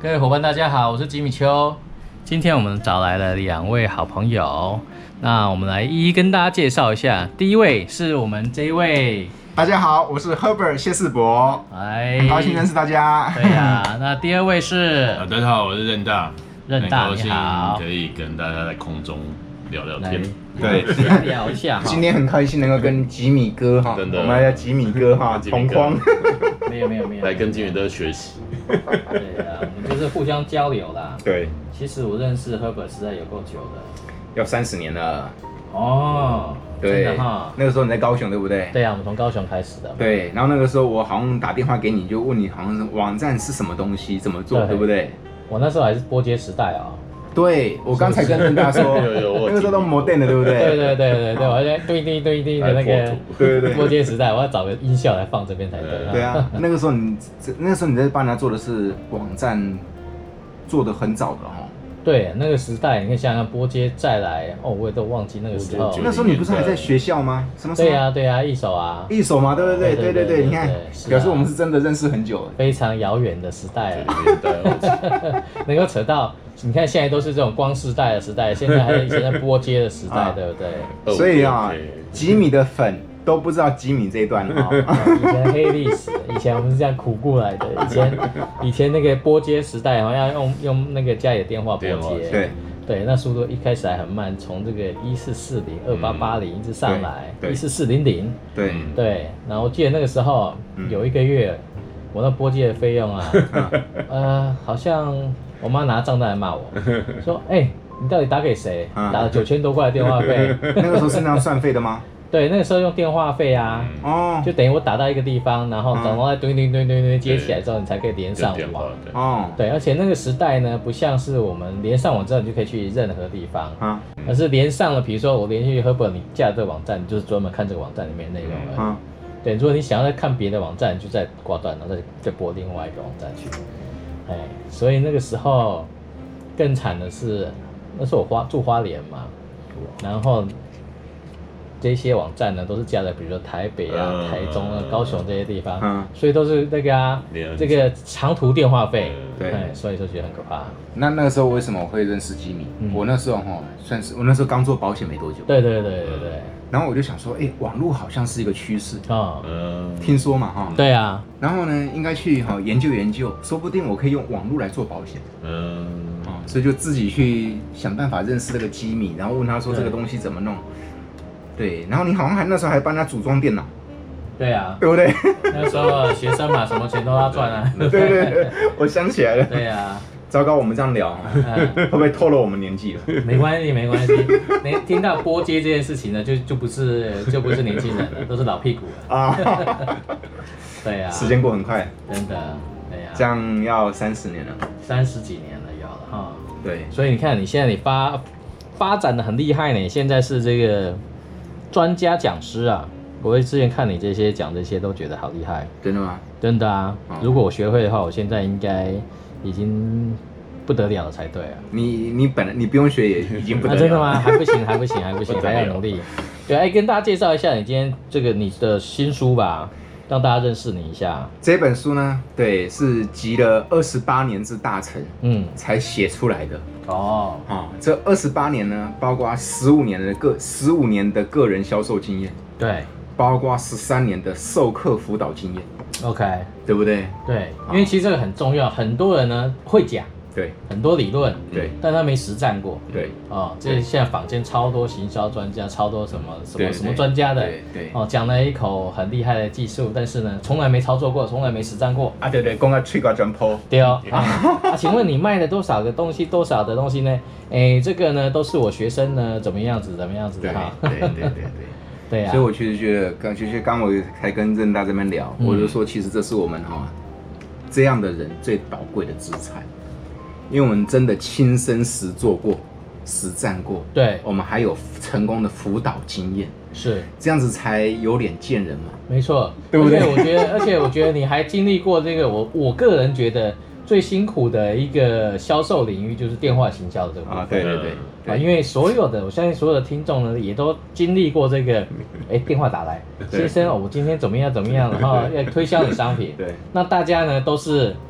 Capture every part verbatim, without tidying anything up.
各位伙伴，大家好，我是吉米邱。今天我们找来了两位好朋友，那我们来一一跟大家介绍一下。第一位是我们这一位， 大家好，我是 Herbert 谢世博， 哎， 很高兴认识大家。 对呀、啊，那第二位是， 大家好，我是任大， 任大很高你好， 兴可以跟大家在空中聊聊天。 对， 聊一下哈。 今天很开心能够跟吉米哥哈， 真的我们来吉米哥哈同框。 没有没有没有， 来跟金元哥学习。 对啊，我们就是互相交流啦。 对， 其实我认识 Herbert 实在有够久的。 要三十年了。 哦， 对真的哈。 那个时候你在高雄对不对？ 对啊，我们从高雄开始的。 对，然后那个时候我好像打电话给你，就问你好像是网站是什么东西，怎么做， 对对不对？ 我那时候还是拨接时代啊、哦。 对，我刚才跟任大说， 有有我那个时候都摩电的，对不对？ 对对对对对，我还在对对对对的那个对对对拨接时代，我要找个音效来放这边才对。 对啊，那个时候你那个时候你在帮人家做的是网站，做的很早的哈。 对，那个时代，你看想想拨接再来，哦，我也都忘记那个时候。 那时候你不是还在学校吗？什么时候？ 对呀对呀，一手啊， 一手嘛，对不对？对对对，你看，表示我们是真的认识很久了。 非常遥远的时代了，能够扯到，你看现在都是这种光世代的时代，现在还有以前在拨接的时代，对不对？ 所以啊，吉米的粉都不知道吉米这一段了。 以前黑历史，以前我们是这样苦过来的。以前以前那个拨接时代，好像要用用那个家里的电话拨接， 对对，那速度一开始还很慢，从这个一四四零、二八八零一直上来，一四四零零， 对对。然后我记得那个时候有一个月，我那拨接的费用啊，呃，好像我妈拿账单来骂我，说：“哎，你到底打给谁？打了九千多块的电话费。” 那个时候是那样算费的吗？ 对，那个时候用电话费啊，哦，就等于我打到一个地方，然后然后再咚咚咚咚咚接起来之后，你才可以连上网。哦，对，而且那个时代呢，不像是我们连上网之后你就可以去任何地方，啊，而是连上了，比如说我连续 Herbert 你架这个网站，你就是专门看这个网站里面的内容而已。嗯，对，如果你想要再看别的网站，你就再挂断，然后再再拨另外一个网站去。哎，所以那个时候更惨的是，那时候我花住花莲嘛，然后。这些网站呢，都是架在比如说台北啊、嗯、台中啊、高雄这些地方，嗯、所以都是那个啊，这个长途电话费，对、嗯，所以说觉得很可怕。 那那个时候为什么我会认识吉米？嗯、我那时候哈，算是我那时候刚做保险没多久。 对对对对对。 然后我就想说，哎，网络好像是一个趋势啊，嗯，听说嘛哈。 对啊。 然后呢，应该去哈研究研究，说不定我可以用网络来做保险。嗯。啊，所以就自己去想办法认识这个吉米，然后问他说这个东西怎么弄。对，然后你好像还那时候还帮他组装电脑， 对啊， 对不对？ 那时候学生嘛，什么钱都要赚啊。 对对对，我想起来了。 对啊， 糟糕，我们这样聊，会不会透露我们年纪了？ 没关系，没关系。你听到拨接这件事情呢，就就不是就不是年轻人了，都是老屁股了啊。对啊， 时间过很快， 真的，对呀。 这样要三十年了， 三十几年了，要了哈。 对， 所以你看，你现在你发发展的很厉害呢，现在是这个。专家讲师啊，我之前看你这些讲这些都觉得好厉害， 真的吗？ 真的啊！哦、如果我学会的话，我现在应该已经不得了了才对啊。 你你本来你不用学也已经不得了、 啊，真的吗？还不行，还不行，还不行，还要努力。对，哎，跟大家介绍一下你今天这个你的新书吧，让大家认识你一下。 这本书呢，对，是集了二十八年之大成，嗯，才写出来的。哦，啊，这二十八年呢，包括十五年的个十五年的个人销售经验， 对， 包括十三年的授课辅导经验 ，OK， 对不对？ 对，因为其实这个很重要，很多人呢会讲， 对， 很多理论， 对， 但他没实战过， 对， 哦，这现在坊间超多行销专家，超多什么什么什么专家的，对，哦，讲了一口很厉害的技术，但是呢，从来没操作过，从来没实战过， 啊，对对，讲到吹瓜转坡， 对哦，啊，请问你卖了多少个东西，多少的东西呢？哎，这个呢，都是我学生呢，怎么样子，怎么样子的哈， 对对对对对。 对啊， 所以我其实觉得，刚其实刚我才跟任大这边聊，嗯、我就说，其实这是我们哈这样的人最宝贵的资产，因为我们真的亲身实做过、实战过， 对， 我们还有成功的辅导经验， 是这样子才有脸见人嘛。 没错， 对不对？ 而且我觉得，而且我觉得你还经历过这个，我我个人觉得最辛苦的一个销售领域就是电话行销的这个部分啊， 对对对。 啊，因为所有的，我相信所有的听众呢，也都经历过这个，哎，电话打来，先生，哦，我今天怎么样怎么样，然后要推销你商品， 对， 那大家呢都是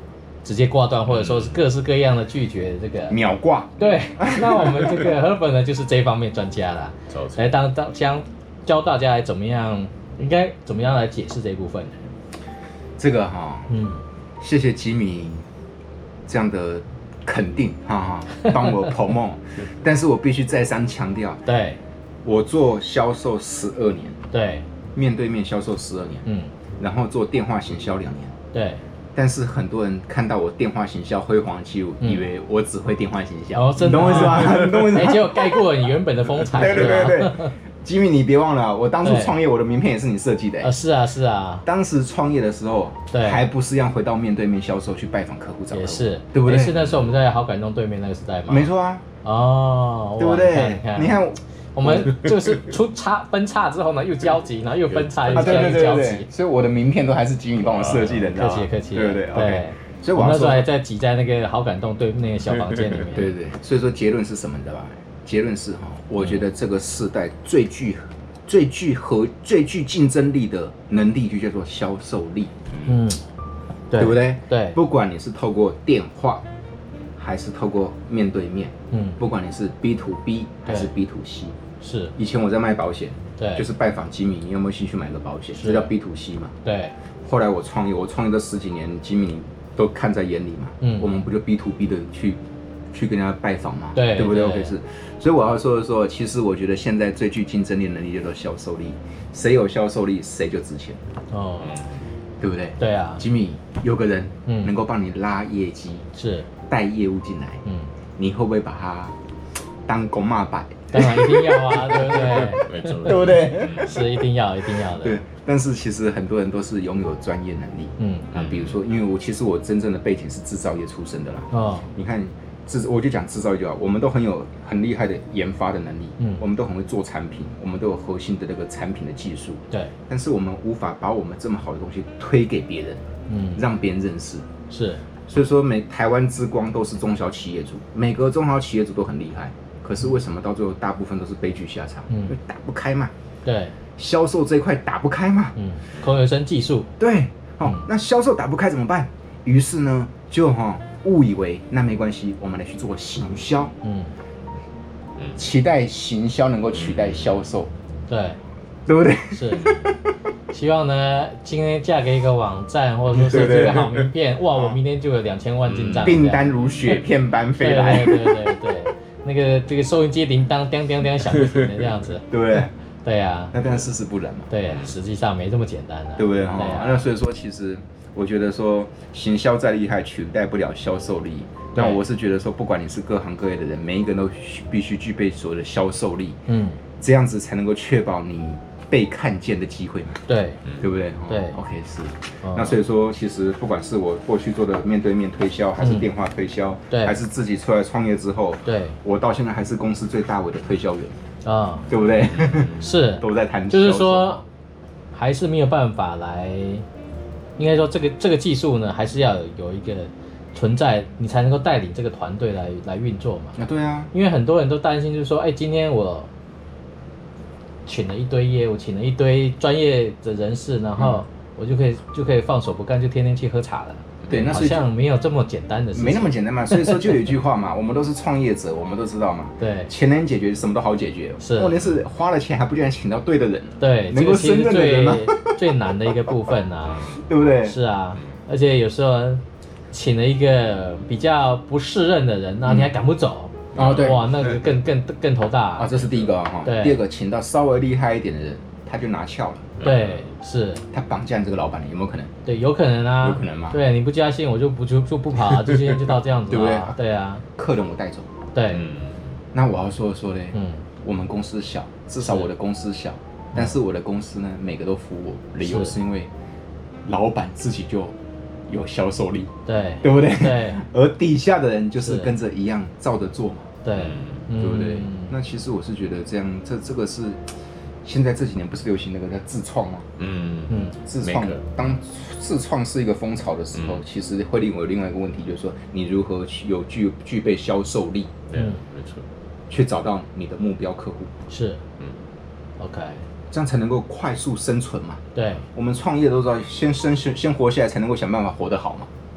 直接挂断，或者说是各式各样的拒绝这个秒挂。 对，那我们这个河粉呢，就是这方面专家啦，来当当将教大家来怎么样，应该怎么样来解释这一部分。 这个哈，嗯，谢谢吉米这样的肯定，哈哈，帮我 promote， 但是我必须再三强调， 对， 我做销售十二年， 对， 面对面销售十二年，嗯，然后做电话行销两年， 对。 但是很多人看到我电话行销辉煌的记录，嗯、以为我只会电话行销， 哦，真的， 你懂我意思吗？你懂我意思吗？ 哎，结果盖过了你原本的风采。 对对对对，吉米，你别忘了，我当初创业，我的名片也是你设计的、欸。 啊，是啊是啊。 当时创业的时候， 对， 还不是要回到面对面销售去拜访客户找客户， 也是， 对不对？ 是那时候我们在好感动对面那个时代嘛。 没错啊。 哦， 对不对？ 你看， 你看。 我们就是出差分叉之后呢，又交集，然后又分叉，又交又交集， 所以我的名片都还是吉米帮我设计的，你知道吗？ 客气客气， 对不对？对。所以我那时候还在挤在那个好感动对那个小房间里面。 对对。所以说结论是什么，你知道吧？结论是哈，我觉得这个世代最具、最具和最具竞争力的能力就叫做销售力。嗯，对不对？ 对。 不管你是透过电话，还是透过面对面，嗯，不管你是 B to B 还是 B to C。 是， 以前我在卖保险， 对， 就是拜访吉米，你有没有兴趣买个保险？这叫 B to C 嘛。 对。 后来我创业，我创业这十几年，吉米都看在眼里嘛。嗯。我们不就 B to B 的去去跟人家拜访嘛？ 对， 对不对 ？OK 是。所以我要说的说，其实我觉得现在最具竞争力的能力叫做销售力，谁有销售力，谁就值钱。哦。对不对？ 对啊。 吉米有个人，嗯，能够帮你拉业绩， 是带业务进来，嗯，你会不会把他当公骂摆？ 当然一定要啊，对不对？ 没错， 对不对？ 是一定要，一定要的。 对，但是其实很多人都是拥有专业能力，嗯啊，比如说，因为我其实我真正的背景是制造业出身的啦。哦，你看制，我就讲制造业就好，我们都很有很厉害的研发的能力，嗯，我们都很会做产品，我们都有核心的那个产品的技术， 对。 但是我们无法把我们这么好的东西推给别人，嗯，让别人认识。 是， 所以说每台湾之光都是中小企业主，每个中小企业主都很厉害。可是为什么到最后大部分都是悲剧下场？嗯，因为打不开嘛。 对， 销售这一块打不开嘛。 嗯，口有声技术。 对，哦，嗯、那销售打不开怎么办？于是呢，就哈、哦、误以为那没关系，我们来去做行销。嗯，期待行销能够取代销售。 对， 对不对？ 是。希望呢，今天嫁给一个网站，或者说设计一个好名片，哇，我明天就有两千万进账， 订单如雪片般飞来。 对对对对对。那个这个收音机铃铛叮叮叮响不停的这样子， 对不对？ 对呀， 那当然事实不然嘛。 对，实际上没这么简单啊， 对不对？对啊。那所以说，其实我觉得说，行销再厉害，取代不了销售力。但我是觉得说，不管你是各行各业的人，每一个人都必须具备所谓的销售力，嗯，这样子才能够确保你被看见的机会嘛。 对， 对不对？ 对 ，OK 是。那所以说，其实不管是我过去做的面对面推销，还是电话推销， 对， 还是自己出来创业之后， 对， 我到现在还是公司最大尾的推销员啊，对不对？ 是， 都在谈， 就是说，还是没有办法来，应该说这个这个技术呢，还是要有一个存在，你才能够带领这个团队来来运作嘛。 啊，对啊， 因为很多人都担心，就是说，哎，今天我请了一堆业务，请了一堆专业的人士，然后我就可以就可以放手不干，就天天去喝茶了。 对，那好像没有这么简单的事情， 没那么简单嘛。所以说就有一句话嘛，我们都是创业者，我们都知道嘛。 对， 钱能解决，什么都好解决。 是， 问题是花了钱还不见得请到对的人。 对， 能够胜任的人吗？ 最难的一个部分啊， 对不对？ 是啊，而且有时候请了一个比较不适任的人，然后你还赶不走。 哦，对， 哇，那个更更更头大啊！这是第一个哈。 对， 第二个，请到稍微厉害一点的人，他就拿翘了。 对，是。 他绑架你这个老板，有没有可能？ 对，有可能啊。 有可能吗？ 对，你不加薪，我就不就就不跑啊，就今天就到这样子， 对不对？ 对啊。 客人我带走。 对。 那我要说说嘞，嗯，我们公司小，至少我的公司小，但是我的公司呢，每个都服我，理由是因为老板自己就有销售力， 对， 对不对？ 对。 而底下的人就是跟着一样照着做嘛。 对， 对不对？那其实我是觉得这样，这这个是现在这几年不是流行那个叫自创吗？嗯嗯，自创。当自创是一个风潮的时候，其实会令我有另外一个问题，就是说你如何去有具具备销售力， 嗯，没错， 去找到你的目标客户。 是，嗯 ，OK， 这样才能够快速生存嘛。 对， 我们创业都知道，先生先活下来，才能够想办法活得好嘛。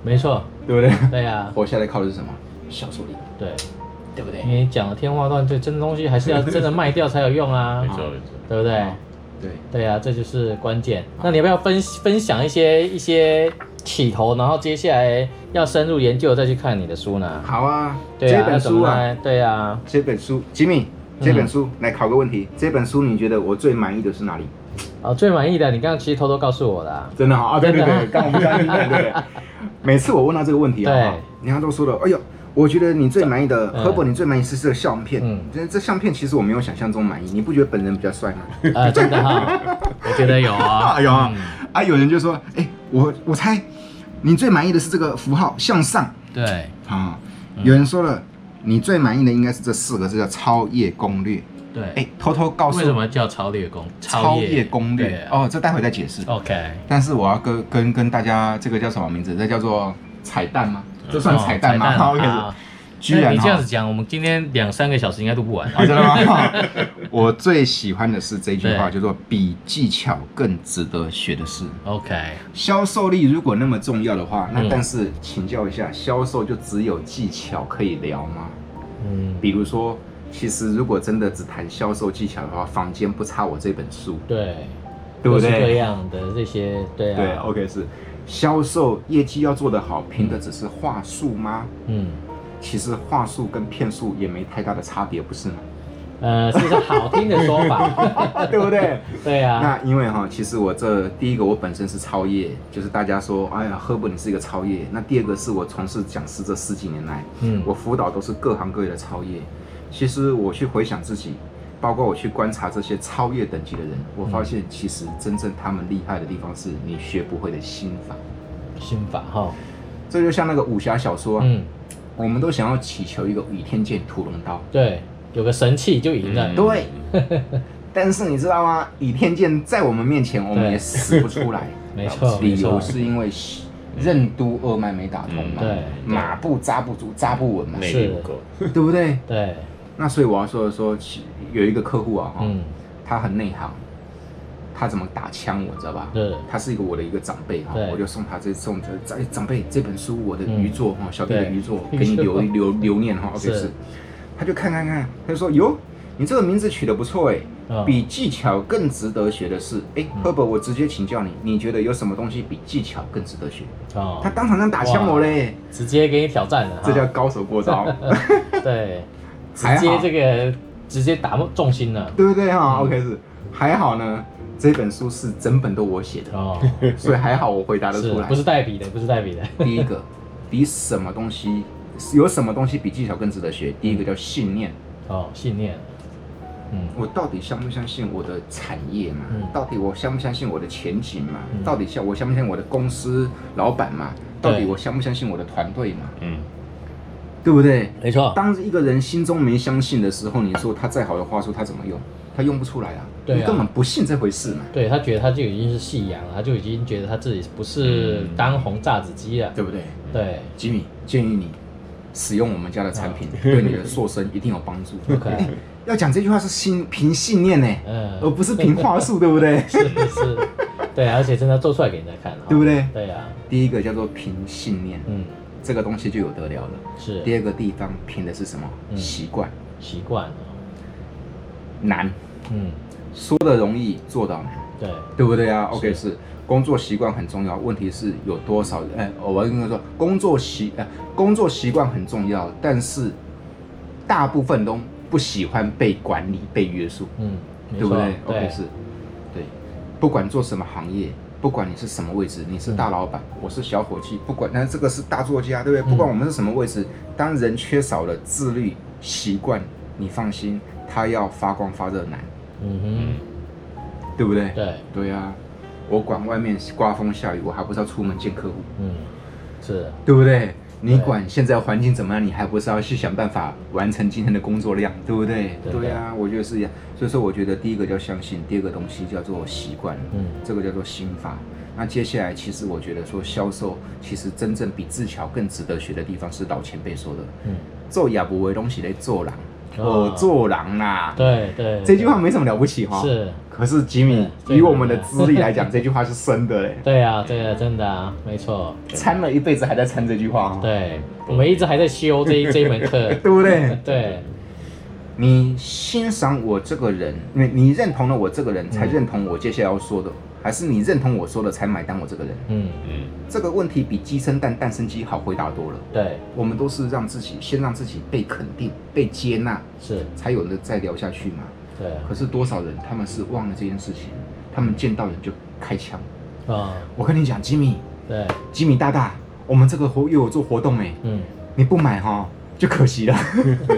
没错， 对不对？ 对呀、啊， 活下来靠的是什么？销售力。 对， 对不对？ 因为讲了天花乱坠，真的东西还是要真的卖掉才有用啊， 没错没错， 对不对？ 对对呀、啊，这就是关键。那你要不要分分享一些一些起头，然后接下来要深入研究再去看你的书呢？ 好啊， 对啊这本书啊， 对啊， 这本书，吉米，这本书、嗯、来考个问题，这本书你觉得我最满意的是哪里？ 哦，最满意的，你刚刚其实偷偷告诉我的、啊， 真的好啊，对对对，刚我们讲对对对，每次我问到这个问题啊，人家都说了，哎呦。我觉得你最满意的，赫伯、嗯，你最满意是这个相片。嗯，这这相片其实我没有想象中满意。你不觉得本人比较帅吗？ 啊、呃，真的哈，我觉得有啊， 有啊。嗯、啊，有人就说，哎、欸，我我猜你最满意的是这个符号向上。 对。 啊、嗯，有人说了，你最满意的应该是这四个字叫超越攻略。 对。 哎、欸，偷偷告诉我为什么叫超越攻？ 超越攻略。哦，这待会再解释。 OK。 但是我要跟跟跟大家，这个叫什么名字？这叫做彩蛋吗？这算彩蛋吗？好、哦， 居然你这样子讲，我们今天两三个小时应该录不完。 啊、真的吗？我最喜欢的是这句话，叫做“比技巧更值得学的事”。 OK， 销售力如果那么重要的话，那但是请教一下，销售就只有技巧可以聊吗？嗯，比如说，其实如果真的只谈销售技巧的话，坊间不差我这本书。 对， 对不对？ 各式各样的这些，对啊。 对 ，OK 是。销售业绩要做得好，凭的只是话术吗？嗯，其实话术跟骗术也没太大的差别，不是吗？ 呃，是个好听的说法， 对不对？ 对啊。 那因为哈，其实我这第一个我本身是超业，就是大家说，哎呀，赫伯你是一个超业。那第二个是我从事讲师这十几年来，嗯，我辅导都是各行各业的超业。其实我去回想自己。包括我去观察这些超越等级的人，我发现其实真正他们厉害的地方是你学不会的心法。 心法哈， 这就像那个武侠小说啊，嗯，我们都想要祈求一个倚天剑、屠龙刀， 对，有个神器就赢了。 嗯、对，但是你知道吗？倚天剑在我们面前，我们也使不出来。 没错， 理由是因为任督二脉没打通嘛， 对， 马步扎不住，扎不稳嘛， 内力不够， 对不对？ 对。 那所以我要说的说，有一个客户啊，嗯，他很内行，他怎么打枪我知道吧？对，他是一个我的一个长辈哈，我就送他这送这长长辈这本书，我的遗作哈，小弟的遗作，给你留留留念哈。OK 是，他就看看看，他就说哟，你这个名字取得不错哎，比技巧更值得学的是，哎，赫伯，我直接请教你，你觉得有什么东西比技巧更值得学？哦，他当场这样打枪我嘞， 直接给你挑战了， 这叫高手过招。 对。直接这个直接打中心了， 对不对哈、嗯、？OK 是还好呢，这本书是整本都我写的哦，所以还好我回答得出来， 不是代笔的，不是代笔的。 第一个，比什么东西有什么东西比技巧更值得学？第一个叫信念哦，信念。 嗯，我到底相不相信我的产业嘛？嗯、到底我相不相信我的前景嘛？嗯、到底相我相不相信我的公司老板嘛？到底我相不相信我的团队嘛？嗯。对不对？ 没错。 当一个人心中没相信的时候，你说他再好的话术，他怎么用？他用不出来啊！ 对啊， 你根本不信这回事嘛。 对他觉得他就已经是夕阳了，他就已经觉得他自己不是当红炸子鸡了， 对不对？ 对， 吉米建议你使用我们家的产品，对你的塑身一定有帮助。 OK， 要讲这句话是信凭信念呢，嗯，而不是凭话术，对不对？ 是是，对，而且真的做出来给人家看， 对不对？ 对啊， 第一个叫做凭信念，嗯。这个东西就有得了了。 是。 第二个地方凭的是什么？习惯。 习惯。 难。嗯。说的容易，做到难。 对。 对不对啊 ？OK 是。工作习惯很重要，问题是有多少人？哎，我要跟他说，工作习呃工作习惯很重要，但是大部分都不喜欢被管理、被约束。嗯。对不对 ？OK 是。对。不管做什么行业。不管你是什么位置，你是大老板，嗯、我是小伙计，不管，但是这个是大作家，对不对？嗯、不管我们是什么位置，当人缺少了自律习惯，你放心，他要发光发热难，嗯哼，对不对？ 对， 对啊，我管外面刮风下雨，我还不是要出门见客户， 嗯，是， 对不对？你管现在环境怎么样，你还不是要去想办法完成今天的工作量，对不对？对, 对啊，我觉得是一样。所以说，我觉得第一个叫相信，第二个东西叫做习惯，嗯，这个叫做心法。那接下来，其实我觉得说销售，其实真正比技巧更值得学的地方是老前辈说的，嗯，做也不为东西来做人， 我做狼啦。 对对， 这句话没什么了不起哈。 是。 可是吉米，以我们的资历来讲，这句话是真的嘞。 对啊，这个真的啊，没错。 参了一辈子还在参这句话。 对，我们一直还在修这这一门课， 对不对？ 对。 你欣赏我这个人，你你认同了我这个人，才认同我接下来要说的，还是你认同我说的才买单我这个人？嗯嗯。这个问题比鸡生蛋，蛋生鸡好回答多了。 对， 我们都是让自己先让自己被肯定、被接纳， 是才有的再聊下去嘛。 对。可是多少人他们是忘了这件事情，他们见到人就开枪啊！我跟你讲，吉米， 对， 吉米大大，我们这个活又有做活动哎，嗯，你不买哈就可惜了，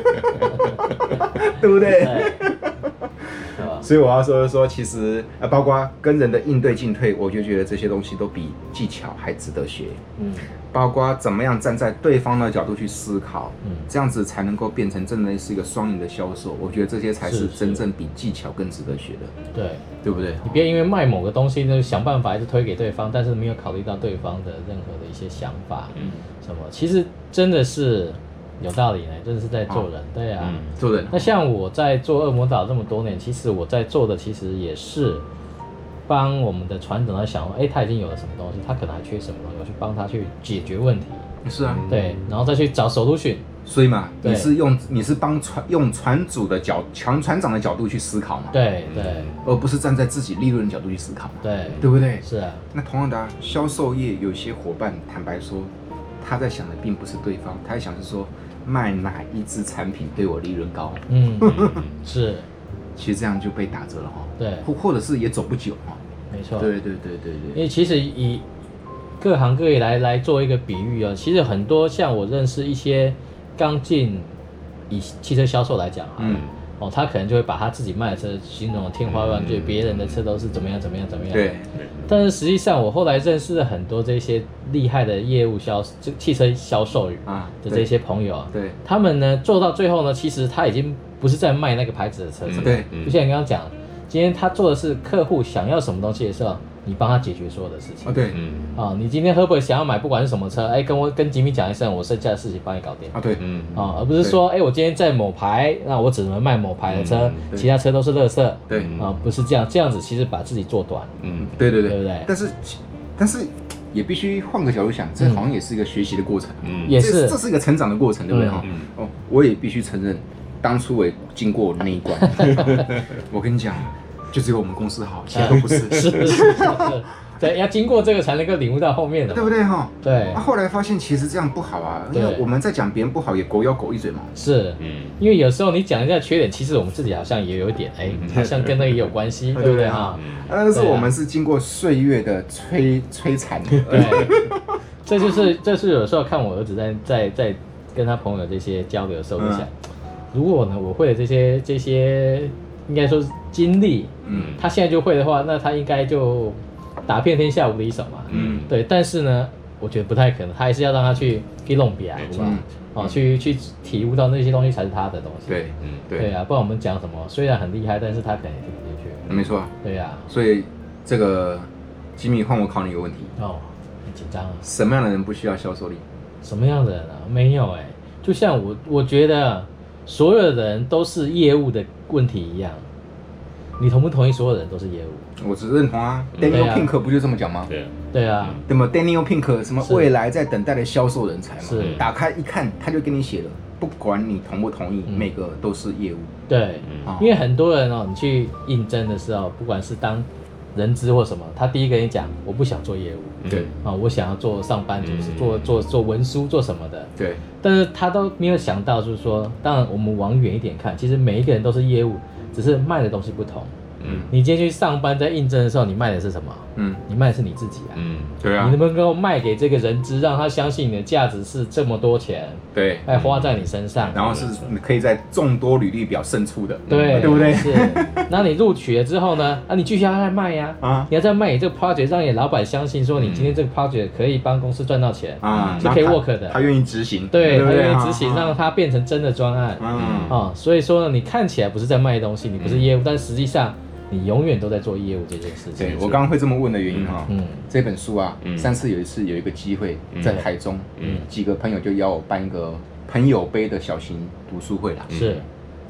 对不对？所以我要说说，其实呃，包括跟人的应对进退，我就觉得这些东西都比技巧还值得学。嗯，包括怎么样站在对方的角度去思考，嗯，这样子才能够变成真的是一个双赢的销售。我觉得这些才是真正比技巧更值得学的。对，对不对？ 你别因为卖某个东西呢，想办法一直推给对方，但是没有考虑到对方的任何的一些想法，嗯，什么，其实真的是。有道理呢，真的是在做人，对啊， 嗯，做人。 那像我在做恶魔岛这么多年，其实我在做的其实也是帮我们的船长在想，哎、欸，他已经有了什么东西，他可能还缺什么东西，我去帮他去解决问题。 是啊， 对，然后再去找 solution。 所以嘛，你是用你是帮船用船主的角船船长的角度去思考嘛？ 对对， 而不是站在自己利润的角度去思考嘛？ 对， 对不对？ 是啊。 那同样的、啊，销售业有些伙伴，坦白说，他在想的并不是对方，他在想是说。卖哪一支产品对我利润高？嗯，是，其实这样就被打折了哈。 对， 或或者是也走不久哈。 没错。 对对对对对。 因为其实以各行各业来来做一个比喻啊，其实很多像我认识一些刚进以汽车销售来讲啊，嗯，哦，他可能就会把他自己卖的车形容天花乱坠，别人的车都是怎么样怎么样怎么样。 对。 但是实际上，我后来认识了很多这些厉害的业务销，就汽车销售啊的这些朋友啊， 对， 他们呢做到最后呢，其实他已经不是在卖那个牌子的车子， 对， 就像你刚刚讲，今天他做的是客户想要什么东西的时候，你帮他解决所有的事情。 啊，对， 嗯，啊，你今天会不会想要买，不管是什么车，哎，跟我跟吉米讲一声，我剩下的事情帮你搞定。 啊，对，嗯， 啊，而不是说，哎，我今天在某牌，那我只能卖某牌的车，其他车都是垃圾。 对， 啊，不是这样，这样子其实把自己做短。 嗯，对对对， 对不对？ 但是，但是也必须换个角度想，这好像也是一个学习的过程。 嗯，也是， 这是一个成长的过程，对不对？哈，哦，我也必须承认，当初我也经过那一关。我跟你讲。就只有我们公司好，其他都不是。是是是，对，要经过这个才能够领悟到后面的， 对不对哈？ 对。 那后来发现其实这样不好啊，因为我们在讲别人不好，也狗咬狗一嘴嘛。 是，嗯，因为有时候你讲人家缺点，其实我们自己好像也有一点，哎，好像跟那个也有关系，对不对哈？ 但是我们是经过岁月的摧摧残。 对，这就是这是有时候看我儿子在在在跟他朋友这些交流的时候，我就想，如果呢我会的这些这些。应该说是经历，嗯，他现在就会的话，那他应该就打遍天下无敌手嘛，嗯，对。但是呢，我觉得不太可能，他还是要让他去去弄别人，是吧？哦，去去体悟到那些东西才是他的东西。 对，嗯，对。 对啊，不然我们讲什么，虽然很厉害，但是他可能也听不进去。 没错。 对呀。 所以这个吉米，换我考你一个问题。 哦，很紧张啊。 什么样的人不需要销售力？ 什么样的人啊？没有哎，就像我，我觉得。所有的人都是业务的问题一样，你同不同意？所有人都是业务？ 我只认同啊。Daniel Pink 不就这么讲吗？ 对， 对啊。 对吗 ？Daniel Pink 什么未来在等待的销售人才嘛？ 是。 打开一看，他就跟你写了，不管你同不同意，嗯、每个都是业务。 对，嗯、因为很多人哦，你去应征的时候，不管是当人资或什么，他第一个跟你讲，我不想做业务， 对啊，我想要做上班族，是做做做文书做什么的， 对。 但是他都没有想到，就是说，当然我们往远一点看，其实每一个人都是业务，只是卖的东西不同。嗯，你今天去上班在应征的时候，你卖的是什么？嗯，你卖的是你自己啊。 嗯，对啊。 你能不能够卖给这个人资，让他相信你的价值是这么多钱？ 对， 来花在你身上， 然后是可以在众多履历表胜出的， 对， 对不对？ 是。那你录取了之后呢？啊，你继续要再卖呀，啊，你要再卖你这个 project， 让你老板相信说你今天这个 project 可以帮公司赚到钱啊，是可以 work 的， 他愿意执行， 对，他愿意执行，让它变成真的专案，嗯啊，所以说呢，你看起来不是在卖东西，你不是业务，但实际上。你永远都在做业务这件事情。 对，我刚刚会这么问的原因哈，嗯，这本书啊，嗯、上次有一次有一个机会在台中，嗯，几个朋友就邀我办一个朋友杯的小型读书会啦。 是，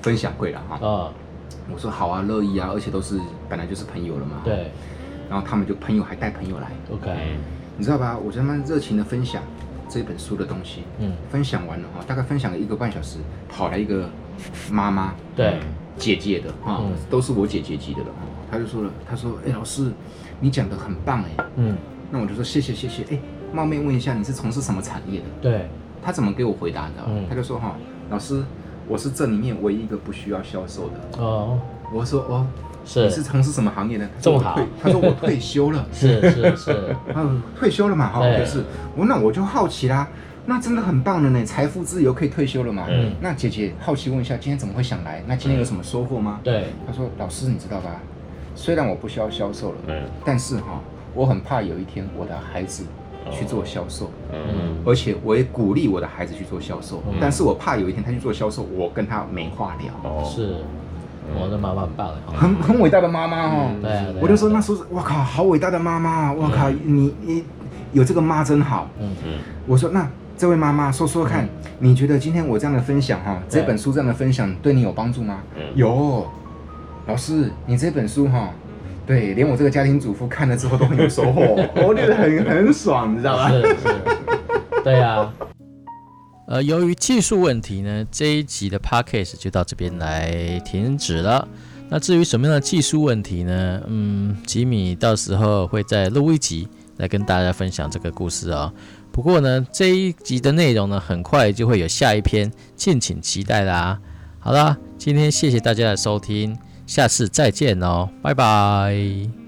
分享会了哈。 哦， 我说好啊，乐意啊，而且都是本来就是朋友了嘛。 对。 然后他们就朋友还带朋友来。 OK。 你知道吧？我就他们热情的分享这本书的东西。嗯。分享完了哈，大概分享了一个半小时，跑来一个妈妈。 对。 姐姐的哈，嗯、都是我姐姐级的了。他就说了，他说：“哎、欸，老师，你讲的很棒哎。”嗯。那我就说谢谢谢谢。哎、欸，冒昧问一下，你是从事什么产业的？ 对。 他怎么给我回答？你知道吗？嗯、他就说哈，老师，我是这里面唯一一个不需要销售的。哦。我说哦。是你是从事什么行业的？ 这么好， 他说我退休了。 是是是， 嗯，退休了嘛，哈，就是。我那我就好奇啦，那真的很棒了呢，财富自由可以退休了嘛。嗯。那姐姐好奇问一下，今天怎么会想来？那今天有什么收获吗？ 对。 他说老师你知道吧？虽然我不需要销售了，嗯，但是哈，我很怕有一天我的孩子去做销售，嗯，而且我也鼓励我的孩子去做销售，但是我怕有一天他去做销售，我跟他没话聊。 哦。是。我的妈妈很棒， 很很伟大的妈妈哦。 对啊， 我就说那时候，哇靠，好伟大的妈妈，哇靠，你你有这个妈真好。嗯嗯。我说那这位妈妈说说看，你觉得今天我这样的分享哈，这本书这样的分享对你有帮助吗？有，老师，你这本书哈，对，连我这个家庭主妇看了之后都很有收获，我觉得很很爽，你知道吗？ 是是，对啊。呃，由于技术问题呢，这一集的 podcast 就到这边来停止了。那至于什么样的技术问题呢？嗯，吉米到时候会再录一集来跟大家分享这个故事哦。不过呢，这一集的内容呢，很快就会有下一篇，敬请期待啦。好啦，今天谢谢大家的收听，下次再见哦，拜拜。